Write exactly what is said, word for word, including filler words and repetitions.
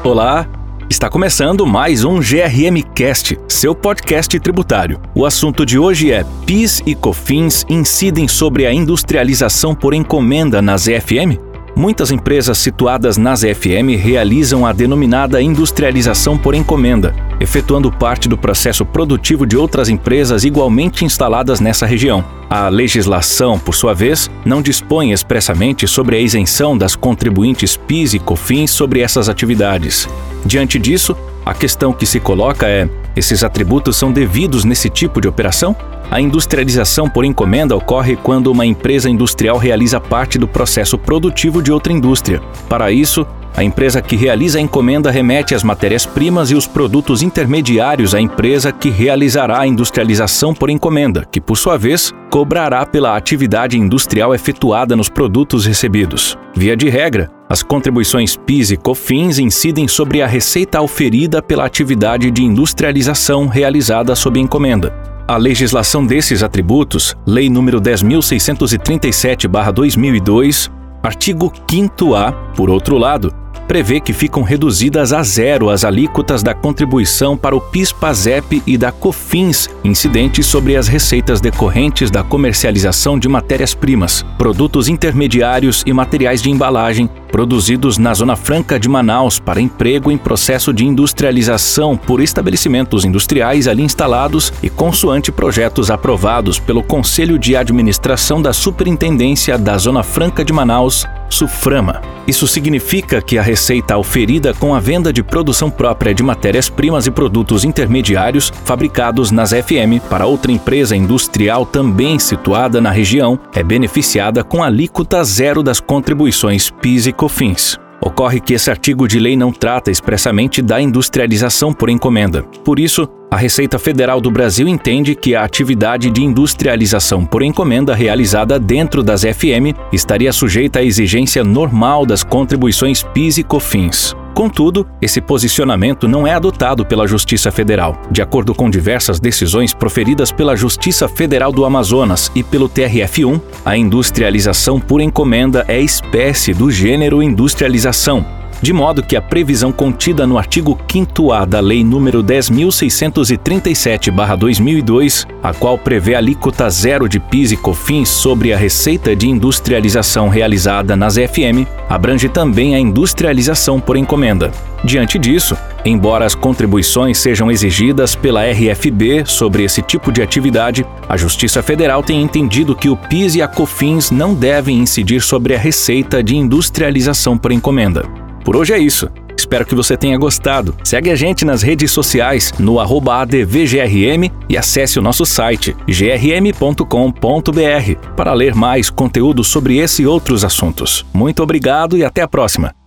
Olá, está começando mais um G R M Cast, seu podcast tributário. O assunto de hoje é P I S e COFINS incidem sobre a industrialização por encomenda nas E F M? Muitas empresas situadas nas E F M realizam a denominada industrialização por encomenda, efetuando parte do processo produtivo de outras empresas igualmente instaladas nessa região. A legislação, por sua vez, não dispõe expressamente sobre a isenção das contribuintes P I S e COFINS sobre essas atividades. Diante disso, a questão que se coloca é: esses atributos são devidos nesse tipo de operação? A industrialização por encomenda ocorre quando uma empresa industrial realiza parte do processo produtivo de outra indústria. Para isso, a empresa que realiza a encomenda remete as matérias-primas e os produtos intermediários à empresa que realizará a industrialização por encomenda, que, por sua vez, cobrará pela atividade industrial efetuada nos produtos recebidos. Via de regra, as contribuições P I S e COFINS incidem sobre a receita auferida pela atividade de industrialização realizada sob encomenda. A legislação desses atributos, Lei número dez mil seiscentos e trinta e sete barra dois mil e dois, artigo quinto A, por outro lado, prevê que ficam reduzidas a zero as alíquotas da contribuição para o P I S/PASEP e da COFINS incidentes sobre as receitas decorrentes da comercialização de matérias-primas, produtos intermediários e materiais de embalagem produzidos na Zona Franca de Manaus para emprego em processo de industrialização por estabelecimentos industriais ali instalados e consoante projetos aprovados pelo Conselho de Administração da Superintendência da Zona Franca de Manaus, SUFRAMA. Isso significa que a receita auferida com a venda de produção própria de matérias-primas e produtos intermediários fabricados nas E F M para outra empresa industrial também situada na região é beneficiada com alíquota zero das contribuições P I S e COFINS. Ocorre que esse artigo de lei não trata expressamente da industrialização por encomenda. Por isso, a Receita Federal do Brasil entende que a atividade de industrialização por encomenda realizada dentro das E F M estaria sujeita à exigência normal das contribuições P I S e COFINS. Contudo, esse posicionamento não é adotado pela Justiça Federal. De acordo com diversas decisões proferidas pela Justiça Federal do Amazonas e pelo T R F um, a industrialização por encomenda é espécie do gênero industrialização, de modo que a previsão contida no artigo quinto A da Lei número dez mil seiscentos e trinta e sete barra dois mil e dois, a qual prevê alíquota zero de P I S e COFINS sobre a receita de industrialização realizada nas E F M, abrange também a industrialização por encomenda. Diante disso, embora as contribuições sejam exigidas pela R F B sobre esse tipo de atividade, a Justiça Federal tem entendido que o P I S e a COFINS não devem incidir sobre a receita de industrialização por encomenda. Por hoje é isso. Espero que você tenha gostado. Segue a gente nas redes sociais no arroba A D V G R M e acesse o nosso site g r m ponto com ponto b r para ler mais conteúdo sobre esse e outros assuntos. Muito obrigado e até a próxima.